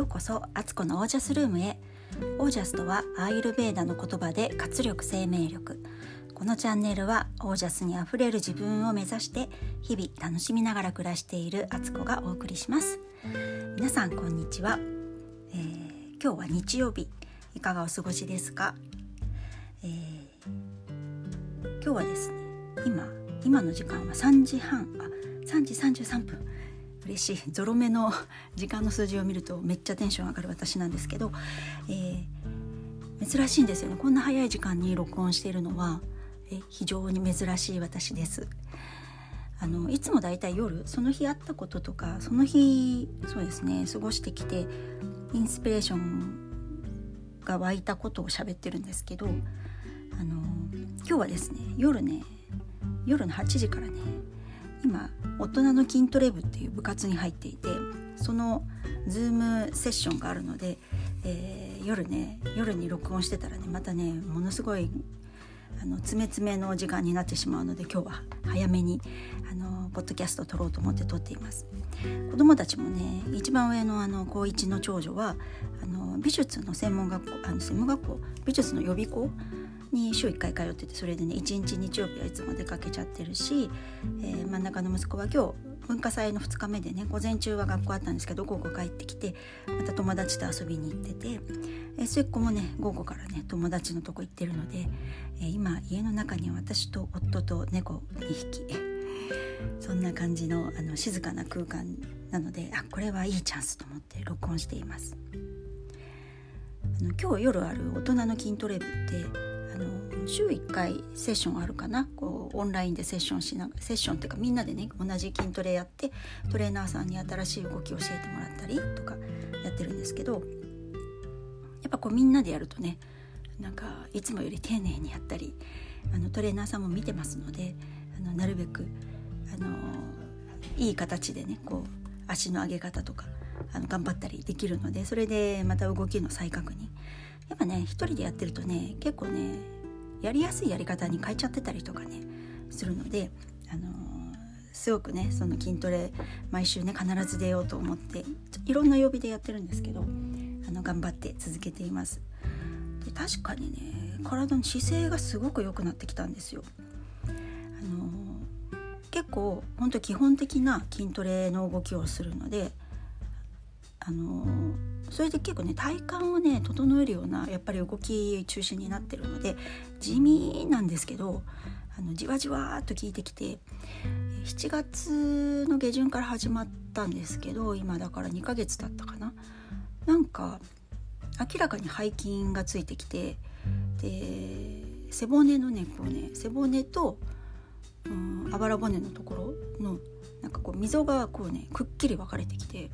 ようこそアツコのオージャスルームへ。オージャスとはアーユルヴェーダの言葉で活力、生命力。このチャンネルはオージャスにあふれる自分を目指して日々楽しみながら暮らしているアツコがお送りします。皆さんこんにちは。今日は日曜日、いかがお過ごしですか？今日はですね、今の時間は3時33分。嬉しい。ゾロ目の時間の数字を見るとめっちゃテンション上がる私なんですけど、珍しいんですよね。こんな早い時間に録音しているのは非常に珍しい私です。いつもだいたい夜その日あったこととか、その日そうですね過ごしてきてインスピレーションが湧いたことを喋ってるんですけど、今日はですね夜の8時からね、今大人の筋トレ部っていう部活に入っていて、そのズームセッションがあるので、夜に録音してたらね、またねものすごい詰めの時間になってしまうので、今日は早めにポッドキャストを撮ろうと思って撮っています。子供たちもね、一番上の高1の長女は美術の専門学校美術の予備校に週1回通ってて、それでね1日日曜日はいつも出かけちゃってるし、真ん中の息子は今日文化祭の2日目でね、午前中は学校あったんですけど午後帰ってきてまた友達と遊びに行ってて、末っ子もね午後からね友達のとこ行ってるので、今家の中には私と夫と猫2匹そんな感じの静かな空間なので、これはいいチャンスと思って録音しています。今日夜ある大人の筋トレ部って週1回セッションあるかな。オンラインでセッションっていうか、みんなでね同じ筋トレやって、トレーナーさんに新しい動きを教えてもらったりとかやってるんですけど、やっぱみんなでやるとね、なんかいつもより丁寧にやったり、トレーナーさんも見てますので、なるべくいい形でね足の上げ方とか頑張ったりできるので、それでまた動きの再確認。やっぱね一人でやってるとね、結構ねやりやすいやり方に変えちゃってたりとかねするので、すごくねその筋トレ毎週ね必ず出ようと思っていろんな曜日でやってるんですけど、頑張って続けています。で確かにね体の姿勢がすごく良くなってきたんですよ。結構本当基本的な筋トレの動きをするので、それで結構ね体幹をね整えるようなやっぱり動き中心になってるので、地味なんですけどじわじわっと効いてきて、7月の下旬から始まったんですけど、今だから2ヶ月経ったかな。なんか明らかに背筋がついてきて、で背骨のね背骨とあばら骨のところのなんか溝がくっきり分かれてきて、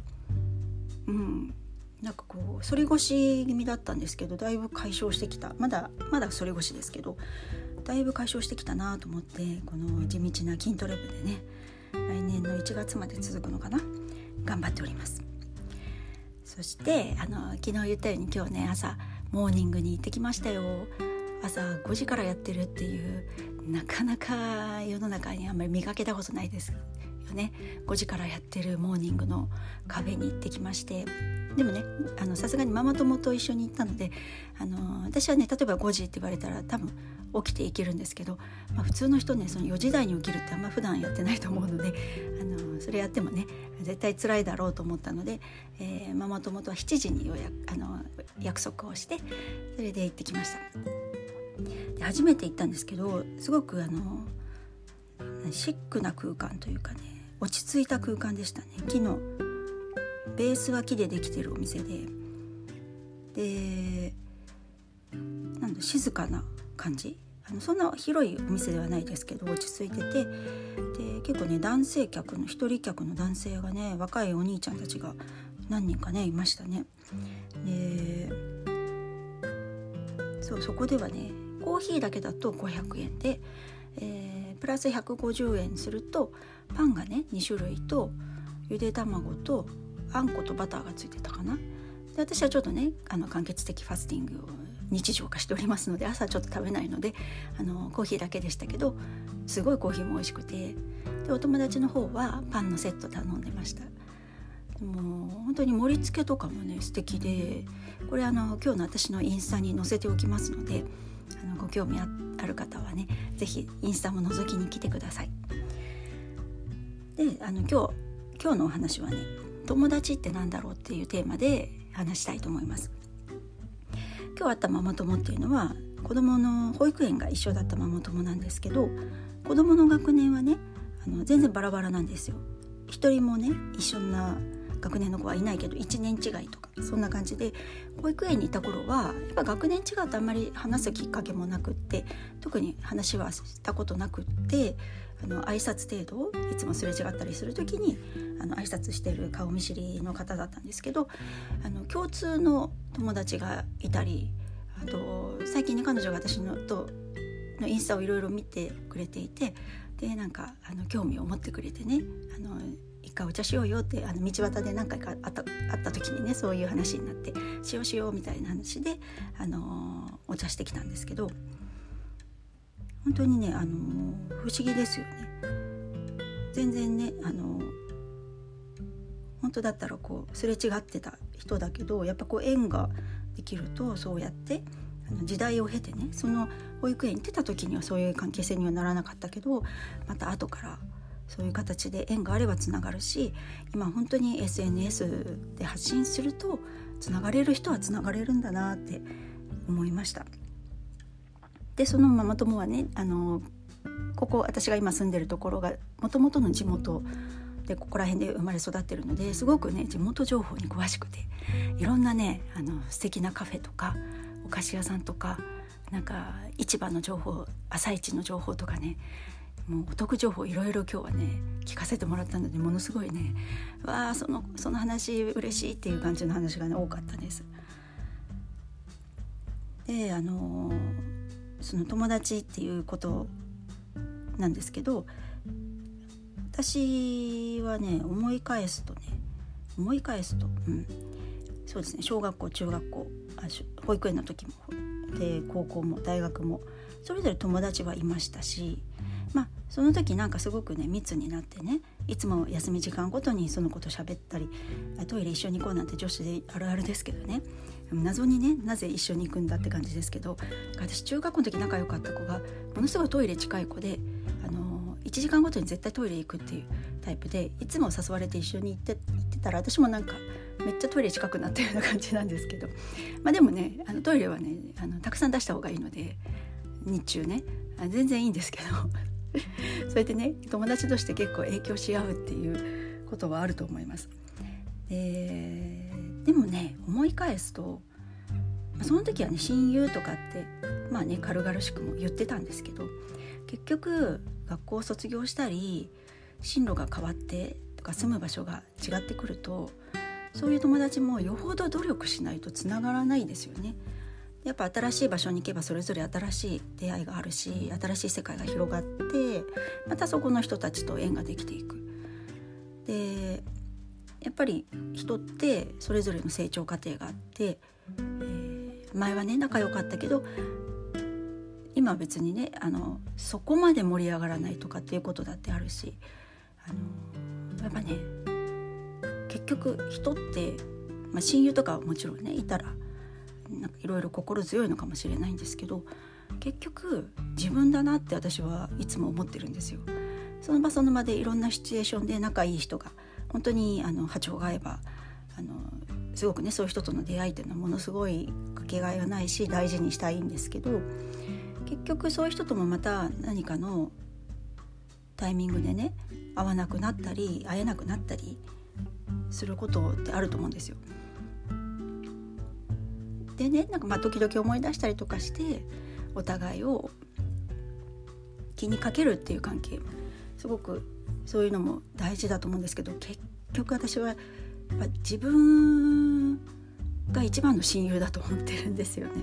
なんか反り腰気味だったんですけど、だいぶ解消してきた。まだ反り腰ですけどだいぶ解消してきたなと思って、この地道な筋トレ部でね来年の1月まで続くのかな、頑張っております。そして昨日言ったように今日ね朝モーニングに行ってきましたよ。朝5時からやってるっていう、なかなか世の中にあんまり見かけたことないですよね。5時からやってるモーニングのカフェに行ってきまして、でもねさすがにママ友と一緒に行ったので、私はね例えば5時って言われたら多分起きていけるんですけど、普通の人ねその4時台に起きるってあんま普段やってないと思うので、それやってもね絶対辛いだろうと思ったので、ママ友とは7時に約束をして、それで行ってきました。で初めて行ったんですけど、すごくシックな空間というかね、落ち着いた空間でしたね。木のベースは木でできてるお店で、静かな感じ。そんな広いお店ではないですけど落ち着いてて、で結構ね一人客の男性がね、若いお兄ちゃんたちが何人かねいましたね。でそこではねコーヒーだけだと500円で、プラス150円するとパンがね2種類とゆで卵とあんことバターがついてたかな。で私はちょっとね間欠的ファスティングを日常化しておりますので、朝ちょっと食べないのでコーヒーだけでしたけど、すごいコーヒーも美味しくて、でお友達の方はパンのセット頼んでました。 もう本当に盛り付けとかもね素敵で、これ今日の私のインスタに載せておきますので、ご興味ある方はねぜひインスタも覗きに来てください。で今日のお話はね、友達ってなんだろうっていうテーマで話したいと思います。今日会ったママ友っていうのは子供の保育園が一緒だったママ友なんですけど、子供の学年はね全然バラバラなんですよ。一人もね一緒な学年の子はいないけど1年違いとかそんな感じで、保育園にいた頃はやっぱ学年違うとあんまり話すきっかけもなくって、特に話はしたことなくって、挨拶程度いつもすれ違ったりする時に挨拶してる顔見知りの方だったんですけど、共通の友達がいたり、あと最近ね彼女が私のインスタをいろいろ見てくれていて、でなんか興味を持ってくれてね、一回お茶しようよって道端で何回か会った時にねそういう話になって、しようみたいな話でお茶してきたんですけど、本当にね不思議ですよね。全然ね本当だったらこうすれ違ってた人だけど、やっぱこう縁ができるとそうやって時代を経てね、その保育園に行ってた時にはそういう関係性にはならなかったけど、また後からそういう形で縁があればつながるし、今本当に SNS で発信するとつながれる人はつながれるんだなって思いました。でそのママ友はねここ私が今住んでるところがもともとの地元で、ここら辺で生まれ育ってるので、すごくね地元情報に詳しくて、いろんなね素敵なカフェとかお菓子屋さんとか、なんか市場の情報、朝市の情報とかね、もうお得情報いろいろ今日はね聞かせてもらったので、ものすごいねわあその話嬉しいっていう感じの話がね多かったです。でその友達っていうことなんですけど、私はね思い返すと、そうですね、小学校中学校保育園の時もで高校も大学もそれぞれ友達はいましたし、その時なんかすごくね密になってね、いつも休み時間ごとにそのこと喋ったり、トイレ一緒に行こうなんて女子であるあるですけどね、謎にねなぜ一緒に行くんだって感じですけど、私中学校の時仲良かった子がものすごいトイレ近い子で、1時間ごとに絶対トイレ行くっていうタイプで、いつも誘われて一緒に行ってたら、私もなんかめっちゃトイレ近くなったような感じなんですけど、でもねトイレはねたくさん出した方がいいので、日中ね全然いいんですけどそれでね友達として結構影響し合うっていうことはあると思います。でもね思い返すと、その時はね親友とかって軽々しくも言ってたんですけど、結局学校を卒業したり進路が変わってとか住む場所が違ってくると、そういう友達もよほど努力しないとつながらないですよね。やっぱ新しい場所に行けばそれぞれ新しい出会いがあるし、新しい世界が広がって、またそこの人たちと縁ができていく。でやっぱり人ってそれぞれの成長過程があって、前はね仲良かったけど今は別にねそこまで盛り上がらないとかっていうことだってあるし、やっぱね結局人って、親友とかはもちろんねいたらなんかいろいろ心強いのかもしれないんですけど、結局自分だなって私はいつも思ってるんですよ。その場その場でいろんなシチュエーションで仲いい人が本当に波長が合えばすごくねそういう人との出会いっていうのはものすごいかけがえがないし大事にしたいんですけど、結局そういう人ともまた何かのタイミングでね会わなくなったり会えなくなったりすることってあると思うんですよ。でねなんか時々思い出したりとかしてお互いを気にかけるっていう関係、すごくそういうのも大事だと思うんですけど、結局私はやっぱ自分が一番の親友だと思ってるんですよね。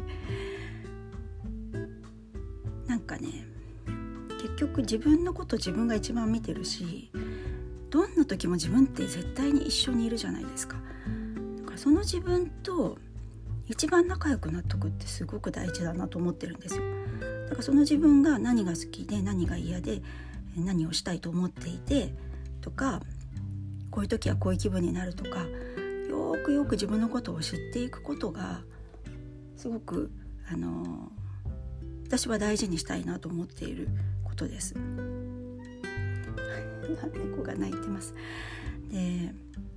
なんかね結局自分のこと自分が一番見てるし、どんな時も自分って絶対に一緒にいるじゃないですか。だからその自分と一番仲良くなっとくってすごく大事だなと思ってるんですよ。だからその自分が何が好きで何が嫌で何をしたいと思っていてとか、 こういう時はこういう気分になるとか、よく自分のことを知っていくことがすごく私は大事にしたいなと思っていることです。猫が鳴いてます。で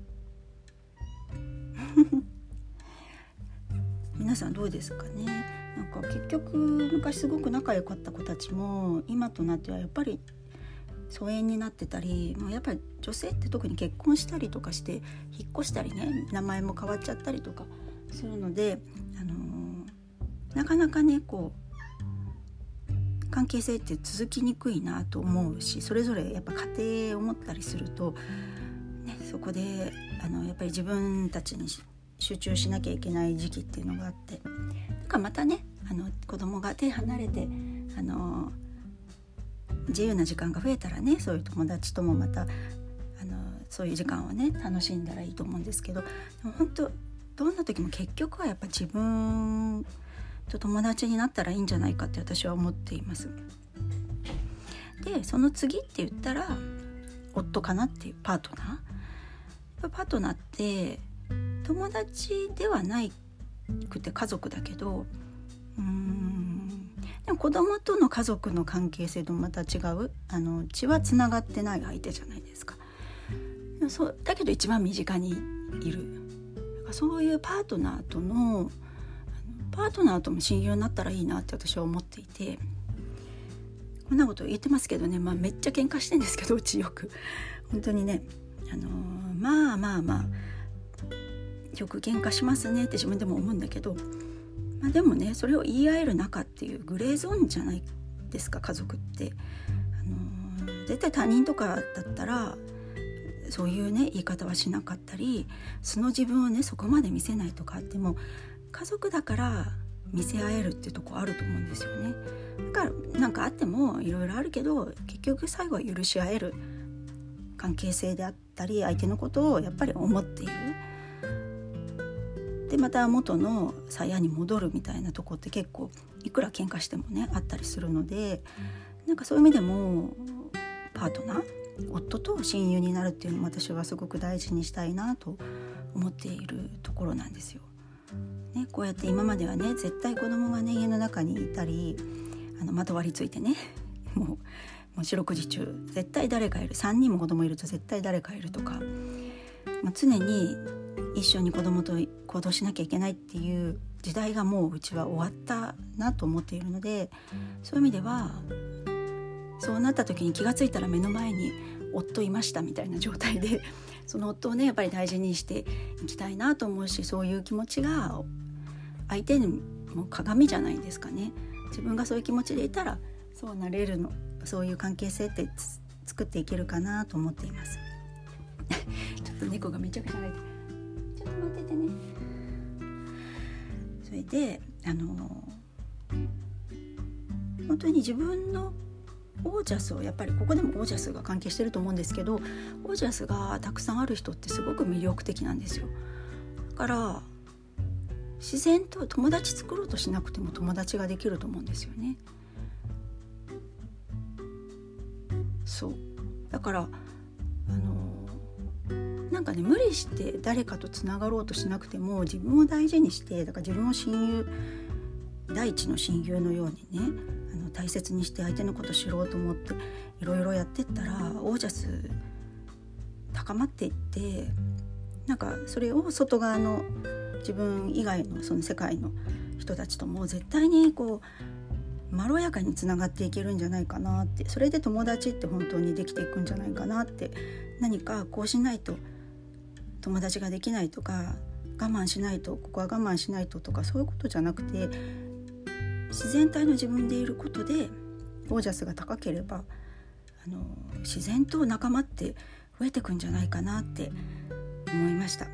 皆さんどうですかね。なんか結局昔すごく仲良かった子たちも今となってはやっぱり疎遠になってたり、もうやっぱり女性って特に結婚したりとかして引っ越したりね、名前も変わっちゃったりとかするので、なかなかねこう関係性って続きにくいなと思うし、それぞれやっぱ家庭を持ったりすると、ね、そこでやっぱり自分たちに集中しなきゃいけない時期っていうのがあって、なんかまたね子供が手離れて自由な時間が増えたらね、そういう友達ともまたそういう時間をね楽しんだらいいと思うんですけど、でも本当どんな時も結局はやっぱ自分と友達になったらいいんじゃないかって私は思っています。でその次って言ったら夫かなっていうパートナーって友達ではないくて家族だけど、でも子供との家族の関係性とまた違う血はつながってない相手じゃないですか。そうだけど一番身近にいる、そういうパートナーとも親友になったらいいなって私は思っていて、こんなこと言ってますけどね、めっちゃ喧嘩してんですけど、うちよく本当にねまあよく喧嘩しますねって自分でも思うんだけど、でもねそれを言い合える仲っていうグレーゾーンじゃないですか、家族って。絶対他人とかだったらそういうね言い方はしなかったり、素の自分をねそこまで見せないとかあっても、家族だから見せ合えるっていうところあると思うんですよね。だからなんかあってもいろいろあるけど、結局最後は許し合える関係性であったり、相手のことをやっぱり思っている。でまた元の鞘に戻るみたいなとこって結構いくら喧嘩してもねあったりするので、なんかそういう意味でもパートナー、夫と親友になるっていうのも私はすごく大事にしたいなと思っているところなんですよ、ね、こうやって今まではね絶対子供がね家の中にいたりまとわりついてねもう四六時中絶対誰かいる、3人も子供いると絶対誰かいるとか、常に一緒に子供と行動しなきゃいけないっていう時代がもううちは終わったなと思っているので、そういう意味ではそうなった時に気がついたら目の前に夫いましたみたいな状態で、その夫をねやっぱり大事にしていきたいなと思うし、そういう気持ちが相手にも鏡じゃないですかね。自分がそういう気持ちでいたらそうなれるの、そういう関係性って作っていけるかなと思っていますちょっと猫がめちゃくちゃ鳴いて、ちょっと待っててね。それで本当に自分のオージャスを、やっぱりここでもオージャスが関係してると思うんですけど、オージャスがたくさんある人ってすごく魅力的なんですよ。だから自然と友達作ろうとしなくても友達ができると思うんですよね。そうだからなんかね無理して誰かとつながろうとしなくても、自分を大事にして、だから自分を親友、第一の親友のようにね大切にして相手のこと知ろうと思っていろいろやってったらオージャス高まっていって、なんかそれを外側の自分以外のその世界の人たちとも絶対にこうまろやかにつながっていけるんじゃないかなって、それで友達って本当にできていくんじゃないかなって、何かこうしないと友達ができないとか、我慢しないと、ここは我慢しないととか、そういうことじゃなくて、自然体の自分でいることでオージャスが高ければ自然と仲間って増えてくんじゃないかなって思いました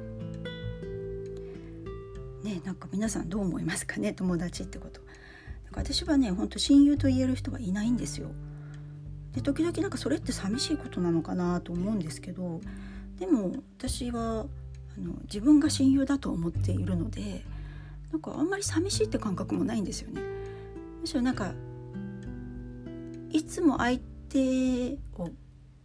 ね。なんか皆さんどう思いますかね、友達ってこと。なんか私はね本当親友と言える人はいないんですよ。で時々なんかそれって寂しいことなのかなと思うんですけど、でも私は自分が親友だと思っているので、なんかあんまり寂しいって感覚もないんですよね。むしろなんかいつも相手を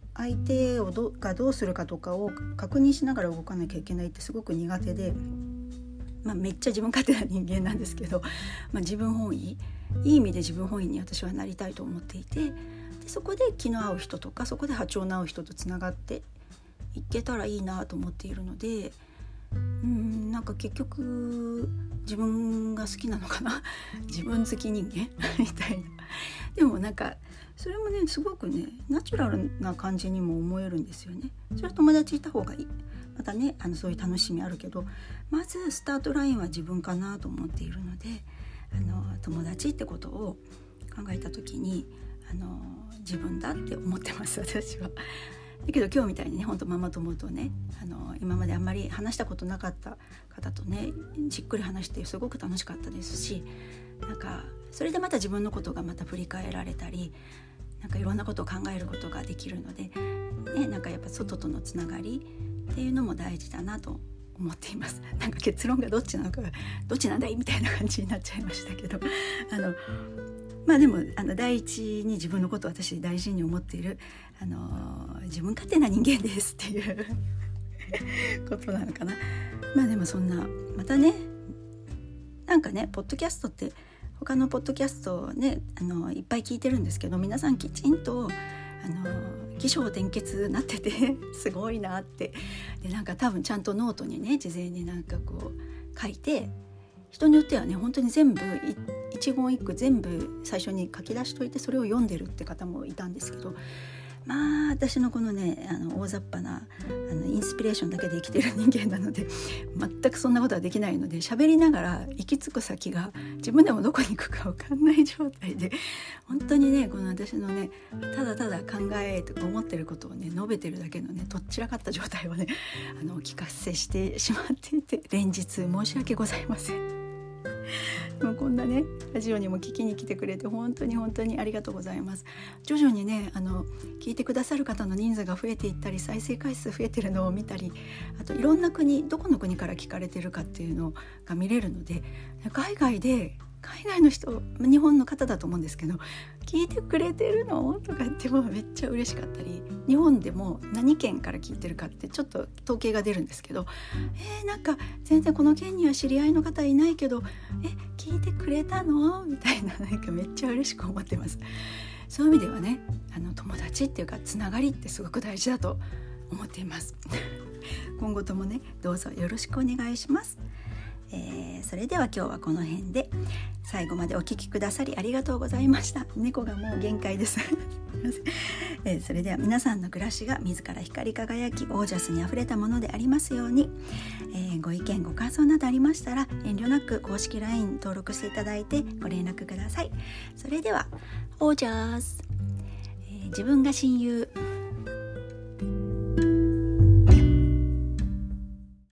相手がどうするかとかを確認しながら動かなきゃいけないってすごく苦手で、めっちゃ自分勝手な人間なんですけど、自分本位、いい意味で自分本位に私はなりたいと思っていて、でそこで気の合う人とかそこで波長の合う人とつながっていけたらいいなと思っているので、なんか結局自分が好きなのかな自分好き人間みたいな。でもなんかそれもねすごくねナチュラルな感じにも思えるんですよね。それは友達いた方がいい。またねそういう楽しみあるけど、まずスタートラインは自分かなと思っているので、友達ってことを考えた時に自分だって思ってます私は。だけど今日みたいにね、本当ママ友とね今まであんまり話したことなかった方とねじっくり話してすごく楽しかったですし、なんかそれでまた自分のことがまた振り返られたり、なんかいろんなことを考えることができるので、なんかやっぱ外とのつながりっていうのも大事だなと思っています。なんか結論がどっちなのかどっちなんだいみたいな感じになっちゃいましたけどでも第一に自分のことを私大事に思っている自分勝手な人間ですっていうことなのかな。でもそんなまたね、なんかねポッドキャストって他のポッドキャストをねいっぱい聞いてるんですけど、皆さんきちんと起承転結なっててすごいなって。でなんか多分ちゃんとノートにね事前になんかこう書いて、人によってはね本当に全部一言一句全部最初に書き出しといてそれを読んでるって方もいたんですけど、私のこのね大雑把なインスピレーションだけで生きてる人間なので全くそんなことはできないので、喋りながら行き着く先が自分でもどこに行くか分かんない状態で、本当にねこの私のねただただ考えとか思ってることをね述べてるだけのねとっちらかった状態をねお聞かせしてしまっていて、連日申し訳ございません。もうこんなねラジオにも聞きに来てくれて本当に本当にありがとうございます。徐々にね聞いてくださる方の人数が増えていったり、再生回数増えてるのを見たり、あといろんな国、どこの国から聞かれてるかっていうのが見れるので、海外の人、日本の方だと思うんですけど、聞いてくれてるのとかってもめっちゃ嬉しかったり、日本でも何県から聞いてるかってちょっと統計が出るんですけど、なんか全然この県には知り合いの方いないけど聞いてくれたのみたいな、なんかめっちゃ嬉しく思ってます。そういう意味ではね友達っていうかつながりってすごく大事だと思っています今後ともねどうぞよろしくお願いします。それでは今日はこの辺で、最後までお聞きくださりありがとうございました。猫がもう限界ですそれでは皆さんの暮らしが自ら光り輝きオージャスにあふれたものでありますように、ご意見ご感想などありましたら遠慮なく公式 LINE 登録していただいてご連絡ください。それではオージャス、自分が親友